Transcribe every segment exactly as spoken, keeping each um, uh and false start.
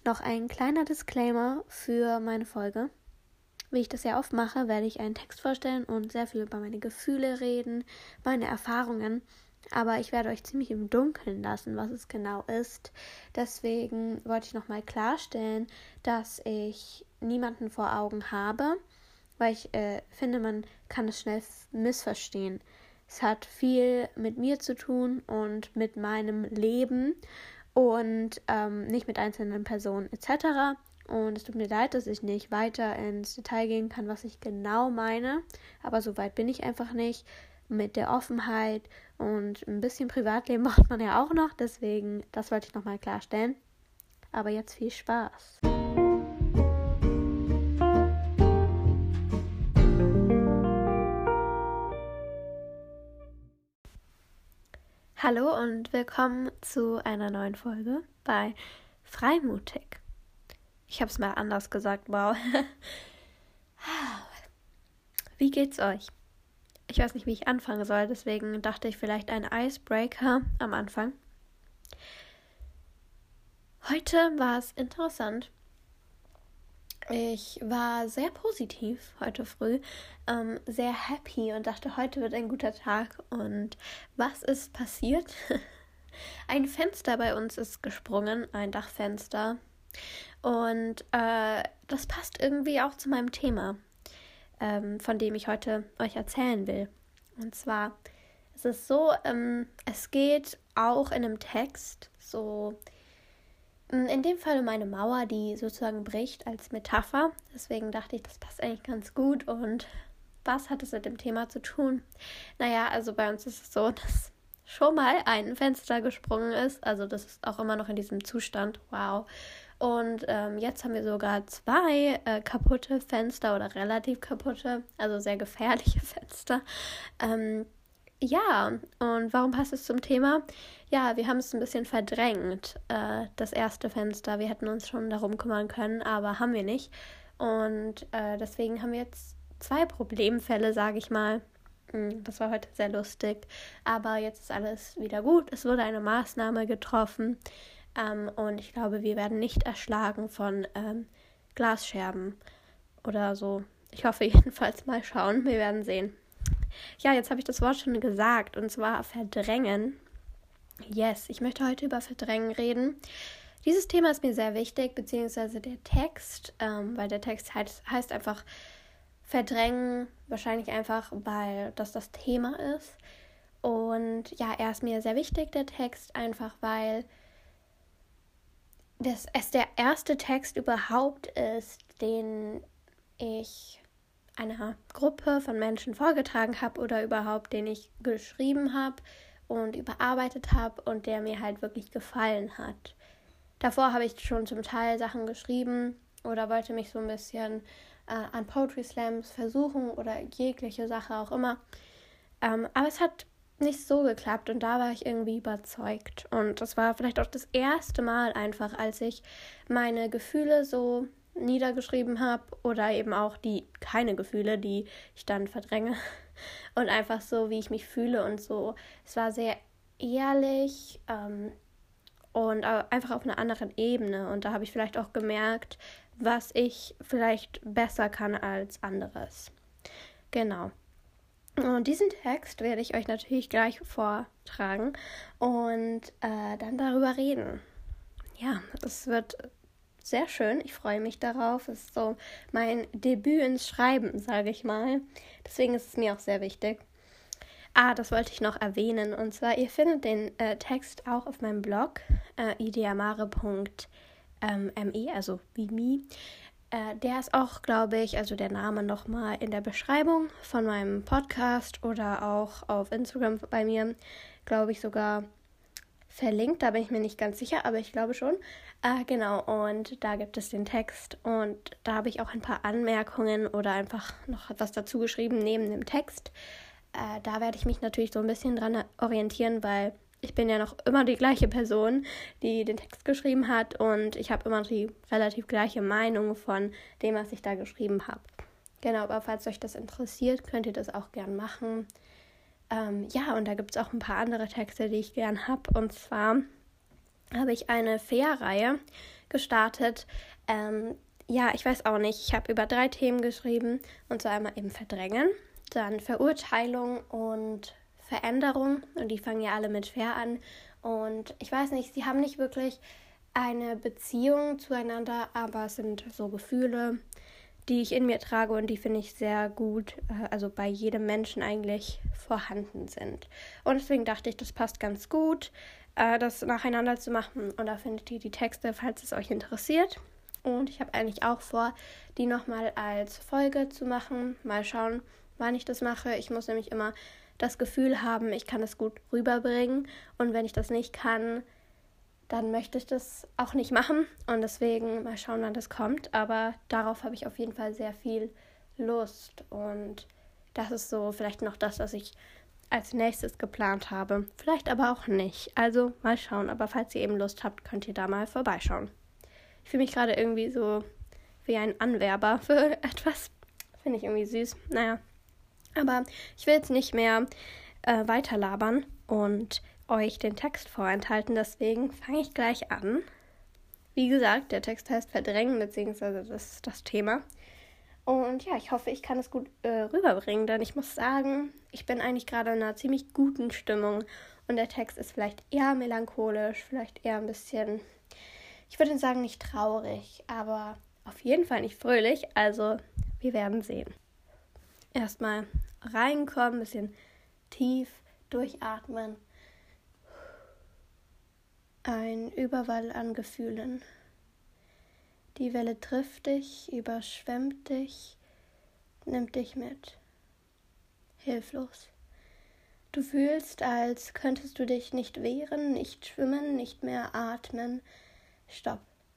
Noch ein kleiner Disclaimer für meine Folge. Wie ich das ja oft mache, werde ich einen Text vorstellen und sehr viel über meine Gefühle reden, meine Erfahrungen. Aber ich werde euch ziemlich im Dunkeln lassen, was es genau ist. Deswegen wollte ich nochmal klarstellen, dass ich niemanden vor Augen habe, weil ich äh, finde, man kann es schnell f- missverstehen. Es hat viel mit mir zu tun und mit meinem Leben und ähm, nicht mit einzelnen Personen et cetera. Und es tut mir leid, dass ich nicht weiter ins Detail gehen kann, was ich genau meine. Aber so weit bin ich einfach nicht. Mit der Offenheit und ein bisschen Privatleben braucht man ja auch noch. Deswegen, das wollte ich nochmal klarstellen. Aber jetzt viel Spaß. Hallo und willkommen zu einer neuen Folge bei Freimutig. Ich habe es mal anders gesagt, wow. Wie geht's euch? Ich weiß nicht, wie ich anfangen soll, deswegen dachte ich vielleicht ein Icebreaker am Anfang. Heute war es interessant. Ich war sehr positiv heute früh, ähm, sehr happy und dachte, heute wird ein guter Tag. Und was ist passiert? Ein Fenster bei uns ist gesprungen, ein Dachfenster. Und äh, das passt irgendwie auch zu meinem Thema, ähm, von dem ich heute euch erzählen will. Und zwar, es ist so, ähm, es geht auch in einem Text so, in dem Fall um eine Mauer, die sozusagen bricht als Metapher. Deswegen dachte ich, das passt eigentlich ganz gut. Und was hat es mit dem Thema zu tun? Naja, also bei uns ist es so, dass schon mal ein Fenster gesprungen ist. Also das ist auch immer noch in diesem Zustand. Wow. Und ähm, jetzt haben wir sogar zwei äh, kaputte Fenster oder relativ kaputte, also sehr gefährliche Fenster. Ähm, ja, und warum passt es zum Thema? Ja, wir haben es ein bisschen verdrängt, äh, das erste Fenster. Wir hätten uns schon darum kümmern können, aber haben wir nicht. Und äh, deswegen haben wir jetzt zwei Problemfälle, sage ich mal. Das war heute sehr lustig, aber jetzt ist alles wieder gut. Es wurde eine Maßnahme getroffen. Ähm, und ich glaube, wir werden nicht erschlagen von ähm, Glasscherben oder so. Ich hoffe jedenfalls, mal schauen. Wir werden sehen. Ja, jetzt habe ich das Wort schon gesagt, und zwar verdrängen. Yes, ich möchte heute über Verdrängen reden. Dieses Thema ist mir sehr wichtig, beziehungsweise der Text, ähm, weil der Text heißt, heißt einfach verdrängen, wahrscheinlich einfach, weil das das Thema ist. Und ja, er ist mir sehr wichtig, der Text, einfach weil das es der erste Text überhaupt ist, den ich einer Gruppe von Menschen vorgetragen habe oder überhaupt, den ich geschrieben habe und überarbeitet habe und der mir halt wirklich gefallen hat. Davor habe ich schon zum Teil Sachen geschrieben oder wollte mich so ein bisschen äh, an Poetry Slams versuchen oder jegliche Sache auch immer. Ähm, aber es hat nicht so geklappt und da war ich irgendwie überzeugt. Und das war vielleicht auch das erste Mal einfach, als ich meine Gefühle so niedergeschrieben habe oder eben auch die keine Gefühle, die ich dann verdränge und einfach so, wie ich mich fühle und so. Es war sehr ehrlich ähm, und einfach auf einer anderen Ebene und da habe ich vielleicht auch gemerkt, was ich vielleicht besser kann als anderes. Genau. Und diesen Text werde ich euch natürlich gleich vortragen und äh, dann darüber reden. Ja, es wird sehr schön. Ich freue mich darauf. Es ist so mein Debüt ins Schreiben, sage ich mal. Deswegen ist es mir auch sehr wichtig. Ah, das wollte ich noch erwähnen. Und zwar, ihr findet den äh, Text auch auf meinem Blog, äh, ideamare punkt me, also wie me. Äh, der ist auch, glaube ich, also der Name nochmal in der Beschreibung von meinem Podcast oder auch auf Instagram bei mir, glaube ich, sogar verlinkt, da bin ich mir nicht ganz sicher, aber ich glaube schon. Äh, genau, und da gibt es den Text und da habe ich auch ein paar Anmerkungen oder einfach noch etwas dazu geschrieben neben dem Text. Äh, da werde ich mich natürlich so ein bisschen dran orientieren, weil ich bin ja noch immer die gleiche Person, die den Text geschrieben hat und ich habe immer die relativ gleiche Meinung von dem, was ich da geschrieben habe. Genau, aber falls euch das interessiert, könnt ihr das auch gern machen. Ähm, ja, und da gibt es auch ein paar andere Texte, die ich gern habe. Und zwar habe ich eine Fair-Reihe gestartet. Ähm, ja, ich weiß auch nicht. Ich habe über drei Themen geschrieben. Und zwar einmal eben Verdrängen, dann Verurteilung und Veränderung. Und die fangen ja alle mit schwer an. Und ich weiß nicht, sie haben nicht wirklich eine Beziehung zueinander, aber es sind so Gefühle, die ich in mir trage und die finde ich sehr gut, also bei jedem Menschen eigentlich vorhanden sind. Und deswegen dachte ich, das passt ganz gut, das nacheinander zu machen. Und da findet ihr die Texte, falls es euch interessiert. Und ich habe eigentlich auch vor, die nochmal als Folge zu machen. Mal schauen, wann ich das mache. Ich muss nämlich immer das Gefühl haben, ich kann es gut rüberbringen. Und wenn ich das nicht kann, dann möchte ich das auch nicht machen. Und deswegen mal schauen, wann das kommt. Aber darauf habe ich auf jeden Fall sehr viel Lust. Und das ist so vielleicht noch das, was ich als nächstes geplant habe. Vielleicht aber auch nicht. Also mal schauen. Aber falls ihr eben Lust habt, könnt ihr da mal vorbeischauen. Ich fühle mich gerade irgendwie so wie ein Anwerber für etwas. Finde ich irgendwie süß. Naja. Aber ich will jetzt nicht mehr äh, weiterlabern und euch den Text vorenthalten. Deswegen fange ich gleich an. Wie gesagt, der Text heißt Verdrängen, beziehungsweise das ist das Thema. Und ja, ich hoffe, ich kann es gut äh, rüberbringen, denn ich muss sagen, ich bin eigentlich gerade in einer ziemlich guten Stimmung. Und der Text ist vielleicht eher melancholisch, vielleicht eher ein bisschen, ich würde sagen, nicht traurig, aber auf jeden Fall nicht fröhlich. Also, wir werden sehen. Erstmal reinkommen, ein bisschen tief durchatmen. Ein Überwall an Gefühlen. Die Welle trifft dich, überschwemmt dich, nimmt dich mit. Hilflos. Du fühlst, als könntest du dich nicht wehren, nicht schwimmen, nicht mehr atmen. Stopp.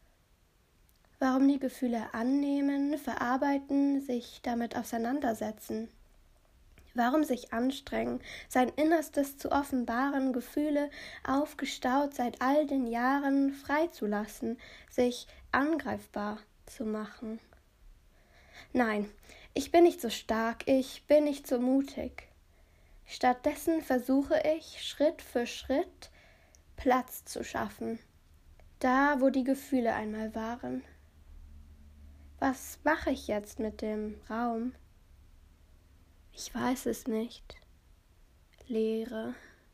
Warum die Gefühle annehmen, verarbeiten, sich damit auseinandersetzen? Warum sich anstrengen, sein Innerstes zu offenbaren, Gefühle aufgestaut seit all den Jahren freizulassen, sich angreifbar zu machen? Nein, ich bin nicht so stark, ich bin nicht so mutig. Stattdessen versuche ich, Schritt für Schritt Platz zu schaffen, da, wo die Gefühle einmal waren. Was mache ich jetzt mit dem Raum? Ich weiß es nicht. Leere.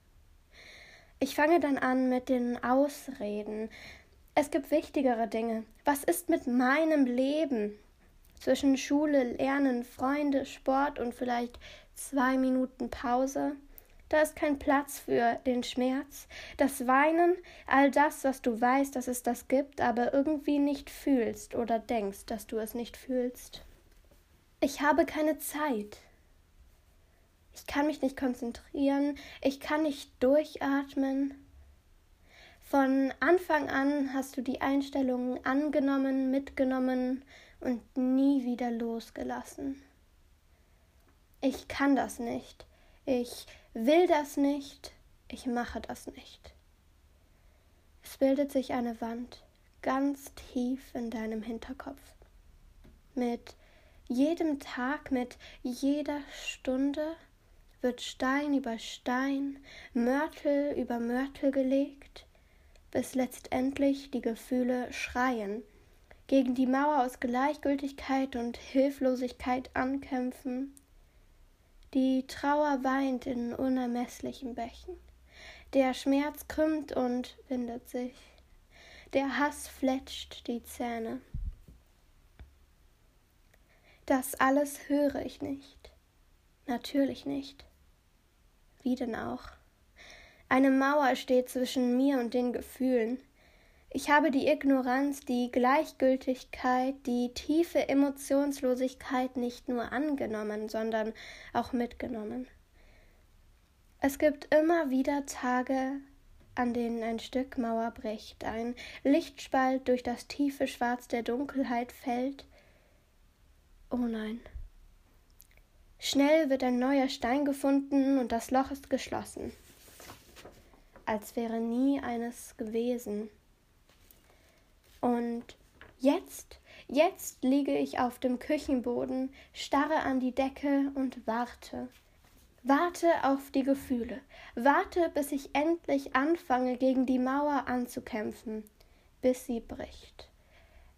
Ich fange dann an mit den Ausreden. Es gibt wichtigere Dinge. Was ist mit meinem Leben? Zwischen Schule, Lernen, Freunde, Sport und vielleicht zwei Minuten Pause. Da ist kein Platz für den Schmerz, das Weinen, all das, was du weißt, dass es das gibt, aber irgendwie nicht fühlst oder denkst, dass du es nicht fühlst. Ich habe keine Zeit. Ich kann mich nicht konzentrieren, ich kann nicht durchatmen. Von Anfang an hast du die Einstellungen angenommen, mitgenommen und nie wieder losgelassen. Ich kann das nicht. Ich will das nicht. Ich mache das nicht. Es bildet sich eine Wand ganz tief in deinem Hinterkopf. Mit jedem Tag, mit jeder Stunde wird Stein über Stein, Mörtel über Mörtel gelegt, bis letztendlich die Gefühle schreien, gegen die Mauer aus Gleichgültigkeit und Hilflosigkeit ankämpfen. Die Trauer weint in unermesslichen Bächen. Der Schmerz krümmt und windet sich. Der Hass fletscht die Zähne. Das alles höre ich nicht. Natürlich nicht. Wie denn auch? Eine Mauer steht zwischen mir und den Gefühlen. Ich habe die Ignoranz, die Gleichgültigkeit, die tiefe Emotionslosigkeit nicht nur angenommen, sondern auch mitgenommen. Es gibt immer wieder Tage, an denen ein Stück Mauer bricht, ein Lichtspalt durch das tiefe Schwarz der Dunkelheit fällt. Oh nein. Schnell wird ein neuer Stein gefunden und das Loch ist geschlossen. Als wäre nie eines gewesen. Und jetzt, jetzt liege ich auf dem Küchenboden, starre an die Decke und warte. Warte auf die Gefühle. Warte, bis ich endlich anfange, gegen die Mauer anzukämpfen, bis sie bricht.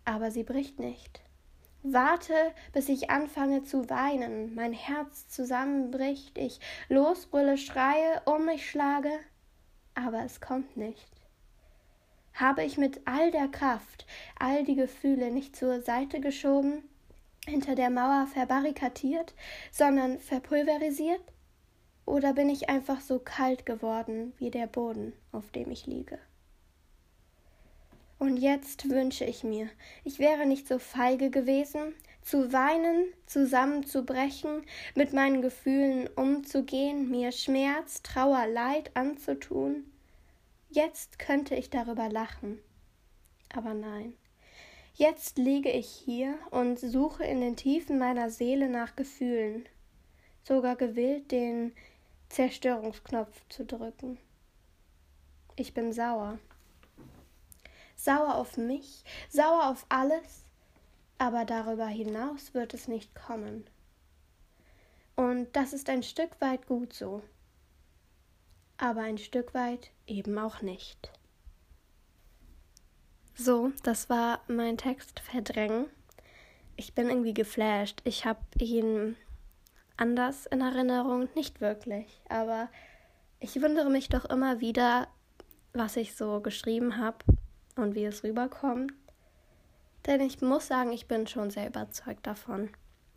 aber sie bricht nicht. Warte, bis ich anfange zu weinen, mein Herz zusammenbricht, ich losbrülle, schreie, um mich schlage, aber es kommt nicht. Habe ich mit all der Kraft all die Gefühle nicht zur Seite geschoben, hinter der Mauer verbarrikadiert, sondern verpulverisiert? Oder bin ich einfach so kalt geworden wie der Boden, auf dem ich liege? Und jetzt wünsche ich mir, ich wäre nicht so feige gewesen, zu weinen, zusammenzubrechen, mit meinen Gefühlen umzugehen, mir Schmerz, Trauer, Leid anzutun. Jetzt könnte ich darüber lachen. Aber nein. Jetzt liege ich hier und suche in den Tiefen meiner Seele nach Gefühlen, sogar gewillt, den Zerstörungsknopf zu drücken. Ich bin sauer. Sauer auf mich, sauer auf alles, aber darüber hinaus wird es nicht kommen. Und das ist ein Stück weit gut so, aber ein Stück weit eben auch nicht. So, das war mein Text Verdrängen. Ich bin irgendwie geflasht. Ich habe ihn anders in Erinnerung, nicht wirklich, aber ich wundere mich doch immer wieder, was ich so geschrieben habe und wie es rüberkommt. Denn ich muss sagen, ich bin schon sehr überzeugt davon.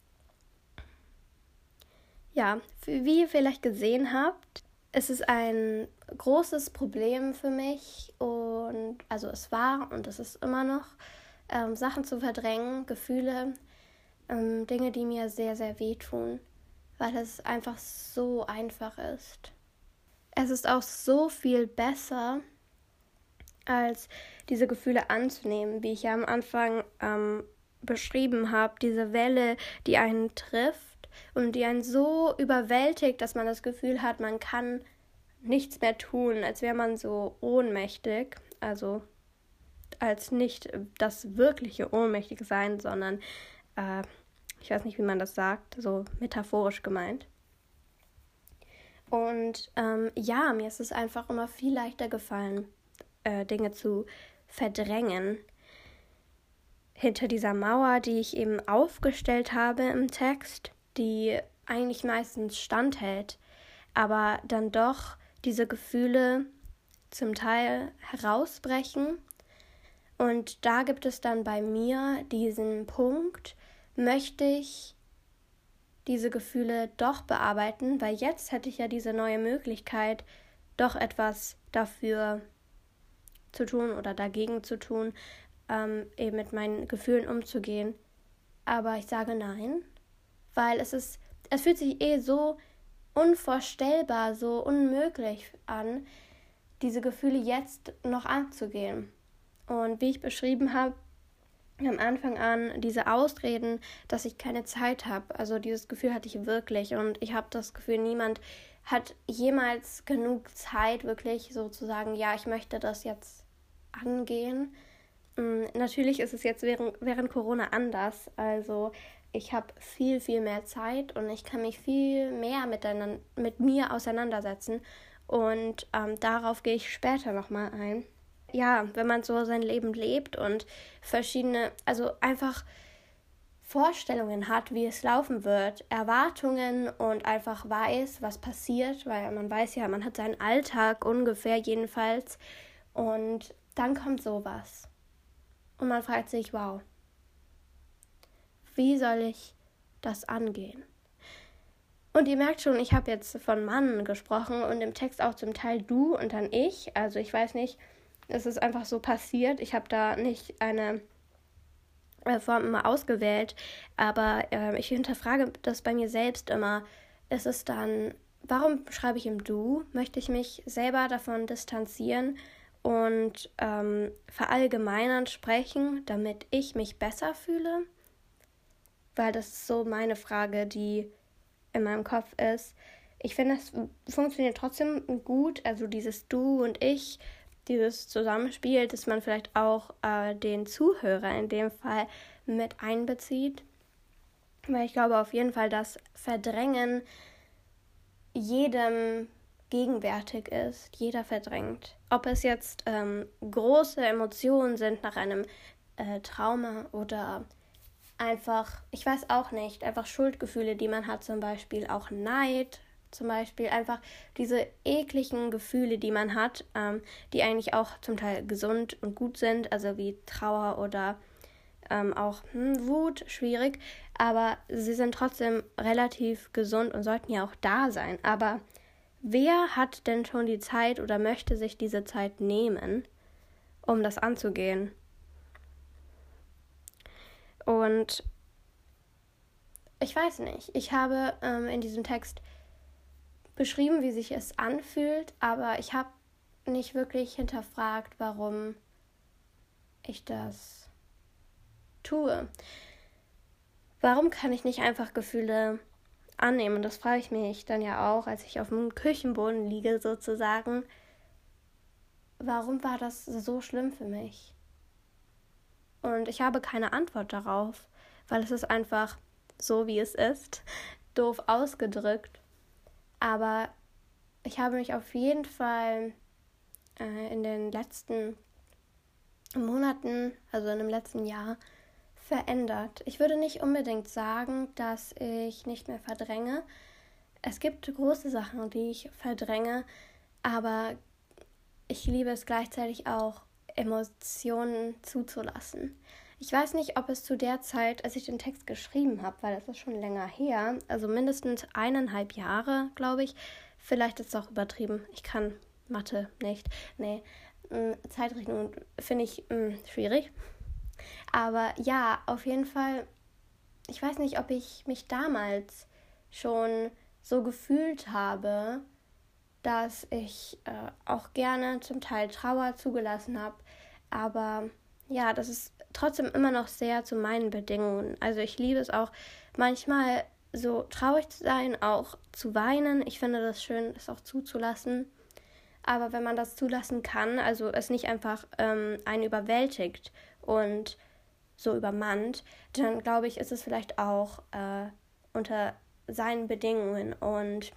Ja, wie ihr vielleicht gesehen habt, es ist ein großes Problem für mich und also es war und es ist immer noch, ähm, Sachen zu verdrängen, Gefühle, ähm, Dinge, die mir sehr, sehr wehtun, weil es einfach so einfach ist. Es ist auch so viel besser, als diese Gefühle anzunehmen, wie ich ja am Anfang ähm, beschrieben habe, diese Welle, die einen trifft und die einen so überwältigt, dass man das Gefühl hat, man kann nichts mehr tun, als wäre man so ohnmächtig, also als nicht das wirkliche ohnmächtige Sein, sondern äh, ich weiß nicht, wie man das sagt, so metaphorisch gemeint. Und ähm, ja, mir ist es einfach immer viel leichter gefallen, äh, Dinge zu verdrängen. Hinter dieser Mauer, die ich eben aufgestellt habe im Text, die eigentlich meistens standhält, aber dann doch diese Gefühle zum Teil herausbrechen. Und da gibt es dann bei mir diesen Punkt, möchte ich diese Gefühle doch bearbeiten, weil jetzt hätte ich ja diese neue Möglichkeit, doch etwas dafür zu tun oder dagegen zu tun, ähm, eben mit meinen Gefühlen umzugehen. Aber ich sage nein, weil es ist, es fühlt sich eh so unvorstellbar, so unmöglich an, diese Gefühle jetzt noch anzugehen. Und wie ich beschrieben habe, am Anfang an diese Ausreden, dass ich keine Zeit habe. Also dieses Gefühl hatte ich wirklich und ich habe das Gefühl, niemand hat jemals genug Zeit, wirklich so zu sagen, ja, ich möchte das jetzt angehen. Mhm, natürlich ist es jetzt während, während Corona anders. Also ich habe viel, viel mehr Zeit und ich kann mich viel mehr miteinander, mit mir auseinandersetzen. Und ähm, darauf gehe ich später nochmal ein. Ja, wenn man so sein Leben lebt und verschiedene, also einfach Vorstellungen hat, wie es laufen wird, Erwartungen und einfach weiß, was passiert, weil man weiß ja, man hat seinen Alltag ungefähr jedenfalls und dann kommt sowas und man fragt sich, wow, wie soll ich das angehen? Und ihr merkt schon, ich habe jetzt von Mann gesprochen und im Text auch zum Teil du und dann ich, also ich weiß nicht, es ist einfach so passiert. Ich habe da nicht eine Form immer ausgewählt, aber äh, ich hinterfrage das bei mir selbst immer. Ist es dann, warum schreibe ich im Du? Möchte ich mich selber davon distanzieren und ähm, verallgemeinern sprechen, damit ich mich besser fühle? Weil das ist so meine Frage, die in meinem Kopf ist. Ich finde, es funktioniert trotzdem gut, also dieses Du und ich, dieses Zusammenspiel, dass man vielleicht auch äh, den Zuhörer in dem Fall mit einbezieht. Weil ich glaube auf jeden Fall, dass Verdrängen jedem gegenwärtig ist. Jeder verdrängt. Ob es jetzt ähm, große Emotionen sind nach einem äh, Trauma oder einfach, ich weiß auch nicht, einfach Schuldgefühle, die man hat, zum Beispiel auch Neid, zum Beispiel einfach diese ekligen Gefühle, die man hat, ähm, die eigentlich auch zum Teil gesund und gut sind, also wie Trauer oder ähm, auch hm, Wut, schwierig, aber sie sind trotzdem relativ gesund und sollten ja auch da sein. Aber wer hat denn schon die Zeit oder möchte sich diese Zeit nehmen, um das anzugehen? Und ich weiß nicht, ich habe ähm, in diesem Text beschrieben, wie sich es anfühlt, aber ich habe nicht wirklich hinterfragt, warum ich das tue. Warum kann ich nicht einfach Gefühle annehmen? Und das frage ich mich dann ja auch, als ich auf dem Küchenboden liege sozusagen. Warum war das so schlimm für mich? Und ich habe keine Antwort darauf, weil es ist einfach so, wie es ist, doof ausgedrückt. Aber ich habe mich auf jeden Fall äh, in den letzten Monaten, also in dem letzten Jahr, verändert. Ich würde nicht unbedingt sagen, dass ich nicht mehr verdränge. Es gibt große Sachen, die ich verdränge, aber ich liebe es gleichzeitig auch, Emotionen zuzulassen. Ich weiß nicht, ob es zu der Zeit, als ich den Text geschrieben habe, weil das ist schon länger her, also mindestens eineinhalb Jahre, glaube ich. Vielleicht ist es auch übertrieben. Ich kann Mathe nicht. Nee, Zeitrechnung finde ich mh, schwierig. Aber ja, auf jeden Fall, ich weiß nicht, ob ich mich damals schon so gefühlt habe, dass ich äh, auch gerne zum Teil Trauer zugelassen habe. Aber ja, das ist trotzdem immer noch sehr zu meinen Bedingungen. Also ich liebe es auch manchmal so traurig zu sein, auch zu weinen. Ich finde das schön, es auch zuzulassen. Aber wenn man das zulassen kann, also es nicht einfach ähm, einen überwältigt und so übermannt, dann glaube ich, ist es vielleicht auch äh, unter seinen Bedingungen. Und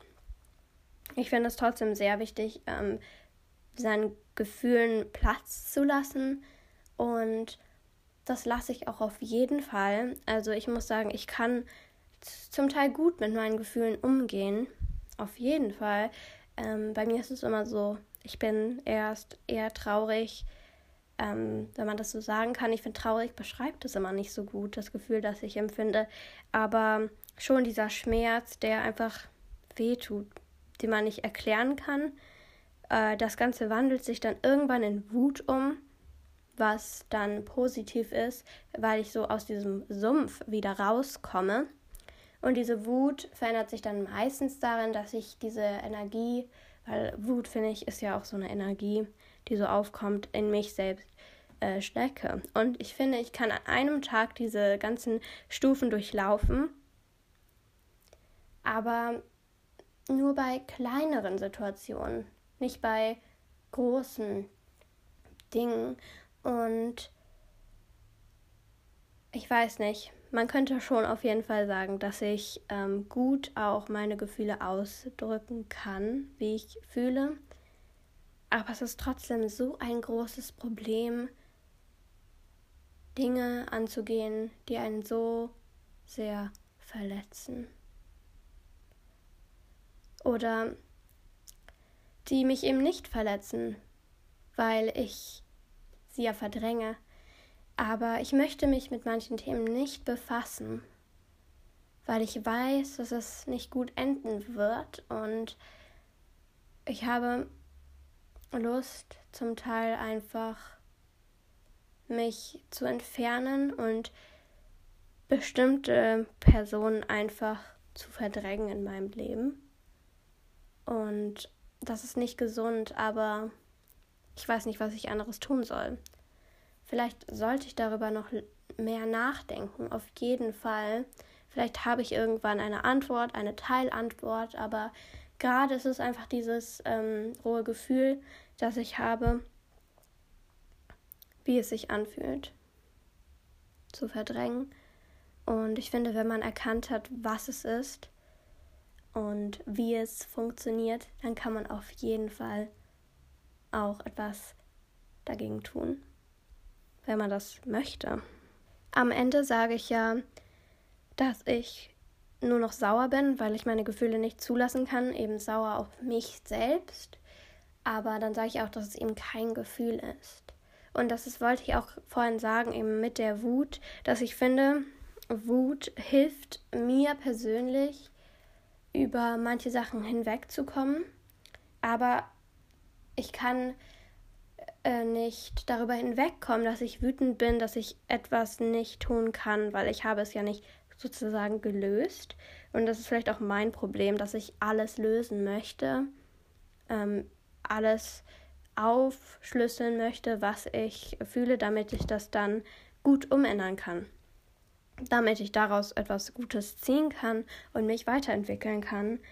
ich finde es trotzdem sehr wichtig, ähm, seinen Gefühlen Platz zu lassen. Und das lasse ich auch auf jeden Fall. Also ich muss sagen, ich kann zum Teil gut mit meinen Gefühlen umgehen. Auf jeden Fall. Ähm, bei mir ist es immer so, ich bin erst eher traurig, ähm, wenn man das so sagen kann. Ich finde, traurig beschreibt es immer nicht so gut, das Gefühl, das ich empfinde. Aber schon dieser Schmerz, der einfach wehtut, den man nicht erklären kann. Äh, das Ganze wandelt sich dann irgendwann in Wut um, was dann positiv ist, weil ich so aus diesem Sumpf wieder rauskomme. Und diese Wut verändert sich dann meistens darin, dass ich diese Energie, weil Wut, finde ich, ist ja auch so eine Energie, die so aufkommt, in mich selbst äh, stecke. Und ich finde, ich kann an einem Tag diese ganzen Stufen durchlaufen, aber nur bei kleineren Situationen, nicht bei großen Dingen. Und ich weiß nicht, man könnte schon auf jeden Fall sagen, dass ich ähm, gut auch meine Gefühle ausdrücken kann, wie ich fühle. Aber es ist trotzdem so ein großes Problem, Dinge anzugehen, die einen so sehr verletzen. Oder die mich eben nicht verletzen, weil ich sie ja verdränge. Aber ich möchte mich mit manchen Themen nicht befassen, weil ich weiß, dass es nicht gut enden wird. Und ich habe Lust, zum Teil einfach mich zu entfernen und bestimmte Personen einfach zu verdrängen in meinem Leben. Und das ist nicht gesund, aber ich weiß nicht, was ich anderes tun soll. Vielleicht sollte ich darüber noch mehr nachdenken, auf jeden Fall. Vielleicht habe ich irgendwann eine Antwort, eine Teilantwort, aber gerade ist es einfach dieses ähm, rohe Gefühl, das ich habe, wie es sich anfühlt, zu verdrängen. Und ich finde, wenn man erkannt hat, was es ist und wie es funktioniert, dann kann man auf jeden Fall auch etwas dagegen tun. wenn man das möchte. Am Ende sage ich ja, dass ich nur noch sauer bin, weil ich meine Gefühle nicht zulassen kann, eben sauer auf mich selbst. Aber dann sage ich auch, dass es eben kein Gefühl ist. Und das ist, wollte ich auch vorhin sagen, eben mit der Wut, dass ich finde, Wut hilft mir persönlich, über manche Sachen hinwegzukommen. Aber ich kann äh, nicht darüber hinwegkommen, dass ich wütend bin, dass ich etwas nicht tun kann, weil ich habe es ja nicht sozusagen gelöst. Und das ist vielleicht auch mein Problem, dass ich alles lösen möchte, ähm, alles aufschlüsseln möchte, was ich fühle, damit ich das dann gut umändern kann. Damit ich daraus etwas Gutes ziehen kann und mich weiterentwickeln kann.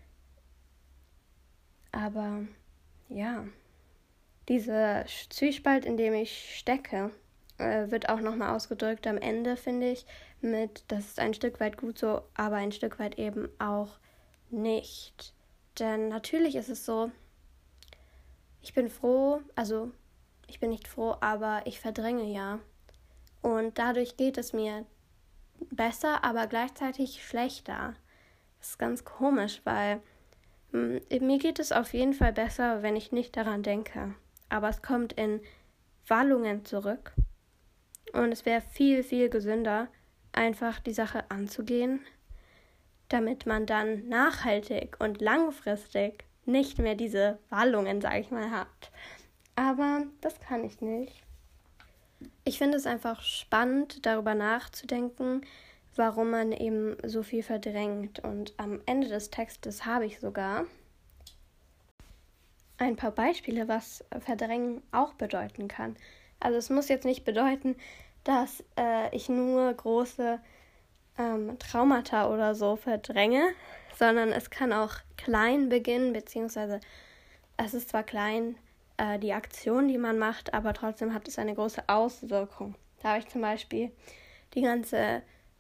Aber ja, dieser Zwiespalt, in dem ich stecke, äh, wird auch nochmal ausgedrückt am Ende, finde ich, mit, das ist ein Stück weit gut so, aber ein Stück weit eben auch nicht. Denn natürlich ist es so, ich bin froh, also ich bin nicht froh, aber ich verdränge ja. Und dadurch geht es mir besser, aber gleichzeitig schlechter. Das ist ganz komisch, weil mh, mir geht es auf jeden Fall besser, wenn ich nicht daran denke. Aber es kommt in Wallungen zurück. Und es wäre viel, viel gesünder, einfach die Sache anzugehen, damit man dann nachhaltig und langfristig nicht mehr diese Wallungen, sage ich mal, hat. Aber das kann ich nicht. Ich finde es einfach spannend, darüber nachzudenken, warum man eben so viel verdrängt. Und am Ende des Textes habe ich sogar ein paar Beispiele, was Verdrängen auch bedeuten kann. Also es muss jetzt nicht bedeuten, dass äh, ich nur große ähm, Traumata oder so verdränge, sondern es kann auch klein beginnen, beziehungsweise es ist zwar klein, äh, die Aktion, die man macht, aber trotzdem hat es eine große Auswirkung. Da habe ich zum Beispiel die ganze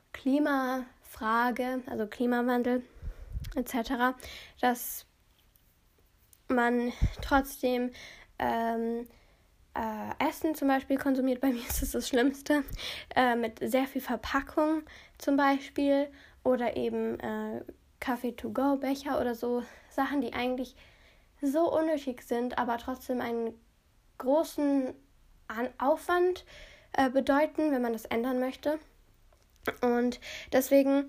Klimafrage, also Klimawandel et cetera, dass man trotzdem ähm, äh, Essen zum Beispiel konsumiert. Bei mir ist das das Schlimmste, äh, mit sehr viel Verpackung zum Beispiel oder eben äh, Kaffee-to-go-Becher oder so Sachen, die eigentlich so unnötig sind, aber trotzdem einen großen An- Aufwand äh, bedeuten, wenn man das ändern möchte. Und deswegen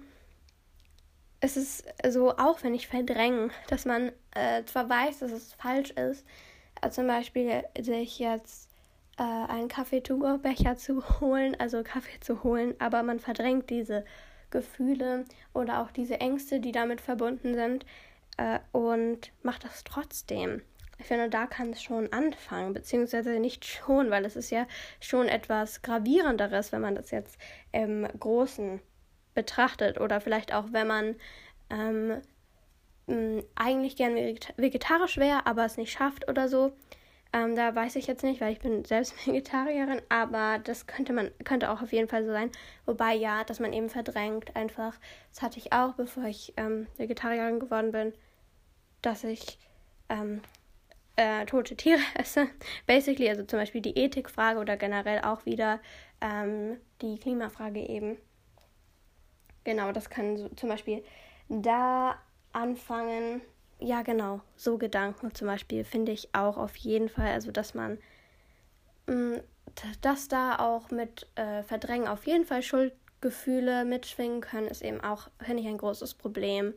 ist es so aufwendig verdrängen, dass man äh, zwar weiß, dass es falsch ist, äh, zum Beispiel sich jetzt äh, einen Kaffee-to-go-Becher zu holen, also Kaffee zu holen, aber man verdrängt diese Gefühle oder auch diese Ängste, die damit verbunden sind, äh, und macht das trotzdem. Ich finde, da kann es schon anfangen, beziehungsweise nicht schon, weil es ist ja schon etwas Gravierenderes, wenn man das jetzt im Großen betrachtet oder vielleicht auch, wenn man ähm, mh, eigentlich gern vegetarisch wäre, aber es nicht schafft oder so. Ähm, da weiß ich jetzt nicht, weil ich bin selbst Vegetarierin, aber das könnte man könnte auch auf jeden Fall so sein. Wobei ja, dass man eben verdrängt einfach, das hatte ich auch, bevor ich ähm, Vegetarierin geworden bin, dass ich ähm, äh, tote Tiere esse. Basically, also zum Beispiel die Ethikfrage oder generell auch wieder ähm, die Klimafrage eben. Genau, das kann so, zum Beispiel da anfangen. Ja, genau, so Gedanken zum Beispiel finde ich auch auf jeden Fall, also dass man, mh, dass da auch mit äh, Verdrängen auf jeden Fall Schuldgefühle mitschwingen können, ist eben auch, finde ich, ein großes Problem.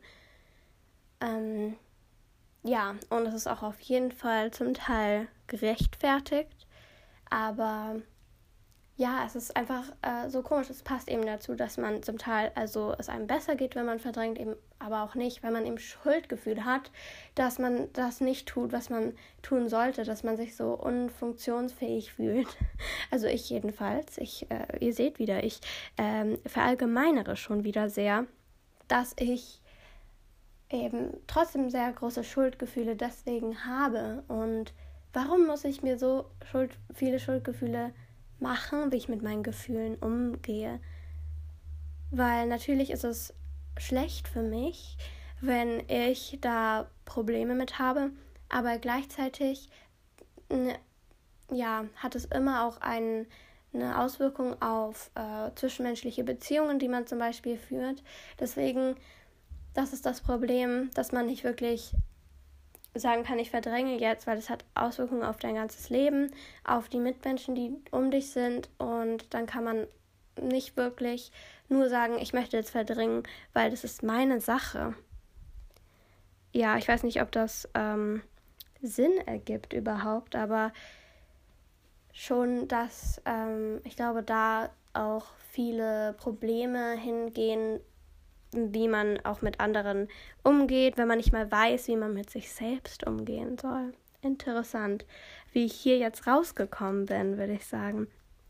Ähm, ja, und es ist auch auf jeden Fall zum Teil gerechtfertigt, aber ja, es ist einfach äh, so komisch, es passt eben dazu, dass man zum Teil, also es einem besser geht, wenn man verdrängt, eben aber auch nicht, wenn man eben Schuldgefühl hat, dass man das nicht tut, was man tun sollte, dass man sich so unfunktionsfähig fühlt. Also ich jedenfalls, ich, äh, ihr seht wieder, ich ähm, verallgemeinere schon wieder sehr, dass ich eben trotzdem sehr große Schuldgefühle deswegen habe. Und warum muss ich mir so Schuld, viele Schuldgefühle machen, wie ich mit meinen Gefühlen umgehe? Weil natürlich ist es schlecht für mich, wenn ich da Probleme mit habe, aber gleichzeitig ja, hat es immer auch einen eine Auswirkung auf äh, zwischenmenschliche Beziehungen, die man zum Beispiel führt. Deswegen, das ist das Problem, dass man nicht wirklich sagen kann, ich verdränge jetzt, weil es hat Auswirkungen auf dein ganzes Leben, auf die Mitmenschen, die um dich sind, und dann kann man nicht wirklich nur sagen, ich möchte jetzt verdrängen, weil das ist meine Sache. Ja, ich weiß nicht, ob das ähm, Sinn ergibt überhaupt, aber schon, dass ähm, ich glaube, da auch viele Probleme hingehen, wie man auch mit anderen umgeht, wenn man nicht mal weiß, wie man mit sich selbst umgehen soll. Interessant, wie ich hier jetzt rausgekommen bin, würde ich sagen.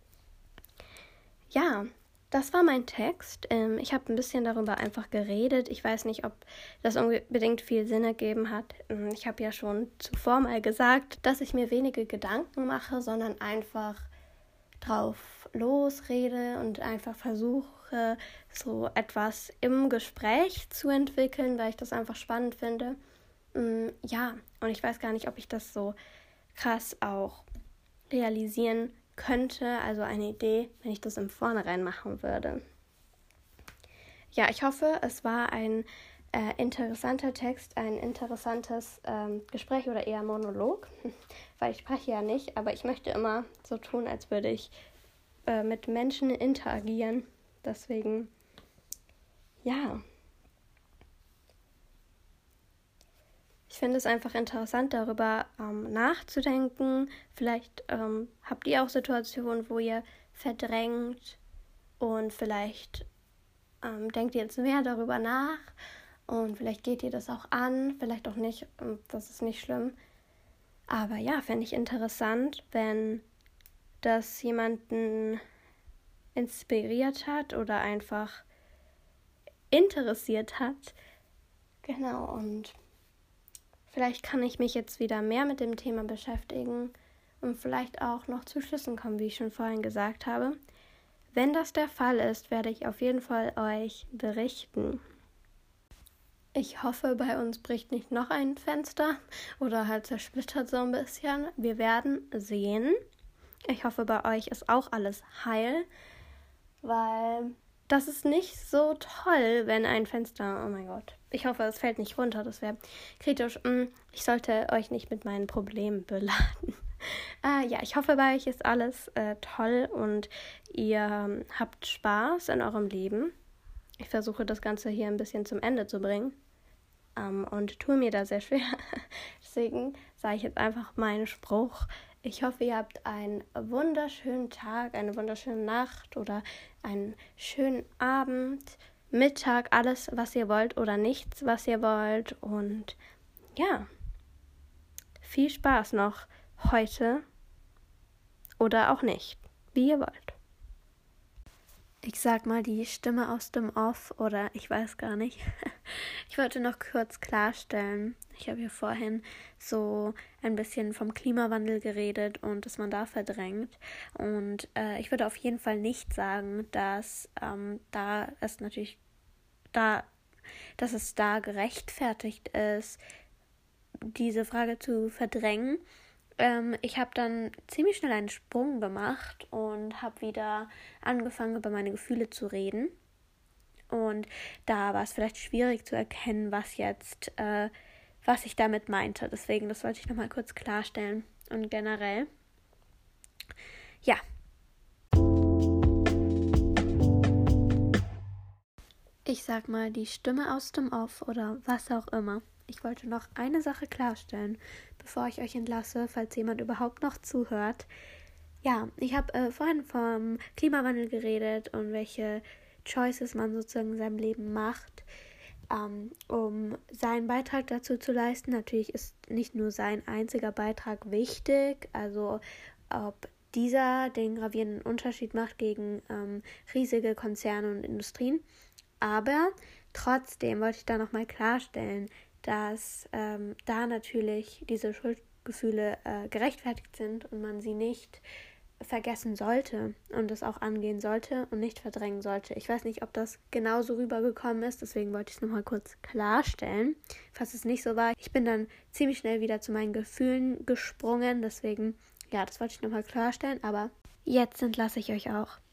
Ja, das war mein Text. Ähm, ich habe ein bisschen darüber einfach geredet. Ich weiß nicht, ob das unbedingt viel Sinn ergeben hat. Ich habe ja schon zuvor mal gesagt, dass ich mir wenige Gedanken mache, sondern einfach drauf losrede und einfach versuche, so etwas im Gespräch zu entwickeln, weil ich das einfach spannend finde. Ja, und ich weiß gar nicht, ob ich das so krass auch realisieren könnte, also eine Idee, wenn ich das im Vornherein machen würde. Ja, ich hoffe, es war ein äh, interessanter Text, ein interessantes ähm, Gespräch oder eher Monolog, weil ich spreche ja nicht, aber ich möchte immer so tun, als würde ich äh, mit Menschen interagieren. Deswegen, ja. Ich finde es einfach interessant, darüber ähm, nachzudenken. Vielleicht ähm, habt ihr auch Situationen, wo ihr verdrängt, und vielleicht ähm, denkt ihr jetzt mehr darüber nach und vielleicht geht ihr das auch an, vielleicht auch nicht, das ist nicht schlimm. Aber ja, fände ich interessant, wenn das jemanden inspiriert hat oder einfach interessiert hat. Genau, und vielleicht kann ich mich jetzt wieder mehr mit dem Thema beschäftigen und vielleicht auch noch zu Schlüssen kommen, wie ich schon vorhin gesagt habe. Wenn das der Fall ist, werde ich auf jeden Fall euch berichten. Ich hoffe, bei uns bricht nicht noch ein Fenster oder halt zersplittert so ein bisschen. Wir werden sehen. Ich hoffe, bei euch ist auch alles heil, weil das ist nicht so toll, wenn ein Fenster, oh mein Gott, ich hoffe, es fällt nicht runter, das wäre kritisch. Ich sollte euch nicht mit meinen Problemen beladen. äh, ja, ich hoffe, bei euch ist alles äh, toll und ihr ähm, habt Spaß in eurem Leben. Ich versuche das Ganze hier ein bisschen zum Ende zu bringen ähm, und tue mir da sehr schwer. Deswegen sage ich jetzt einfach meinen Spruch. Ich hoffe, ihr habt einen wunderschönen Tag, eine wunderschöne Nacht oder einen schönen Abend, Mittag, alles, was ihr wollt oder nichts, was ihr wollt. Und ja, viel Spaß noch heute oder auch nicht, wie ihr wollt. Ich sag mal die Stimme aus dem Off oder ich weiß gar nicht. Ich wollte noch kurz klarstellen, ich habe hier vorhin so ein bisschen vom Klimawandel geredet und dass man da verdrängt. Und äh, ich würde auf jeden Fall nicht sagen, dass ähm, da es natürlich da, dass es da gerechtfertigt ist, diese Frage zu verdrängen. Ähm, ich habe dann ziemlich schnell einen Sprung gemacht und habe wieder angefangen, über meine Gefühle zu reden. Und da war es vielleicht schwierig zu erkennen, was jetzt, äh, was ich damit meinte. Deswegen, das wollte ich nochmal kurz klarstellen. Und generell, ja. Ich sag mal, die Stimme aus dem Off oder was auch immer. Ich wollte noch eine Sache klarstellen, bevor ich euch entlasse, falls jemand überhaupt noch zuhört. Ja, ich habe äh, vorhin vom Klimawandel geredet und welche Choices man sozusagen in seinem Leben macht, ähm, um seinen Beitrag dazu zu leisten. Natürlich ist nicht nur sein einziger Beitrag wichtig, also ob dieser den gravierenden Unterschied macht gegen ähm, riesige Konzerne und Industrien. Aber trotzdem wollte ich da nochmal klarstellen, dass ähm, da natürlich diese Schuldgefühle äh, gerechtfertigt sind und man sie nicht vergessen sollte und es auch angehen sollte und nicht verdrängen sollte. Ich weiß nicht, ob das genauso rübergekommen ist, deswegen wollte ich es nochmal kurz klarstellen, falls es nicht so war. Ich bin dann ziemlich schnell wieder zu meinen Gefühlen gesprungen, deswegen, ja, das wollte ich nochmal klarstellen, aber Jetzt entlasse ich euch auch.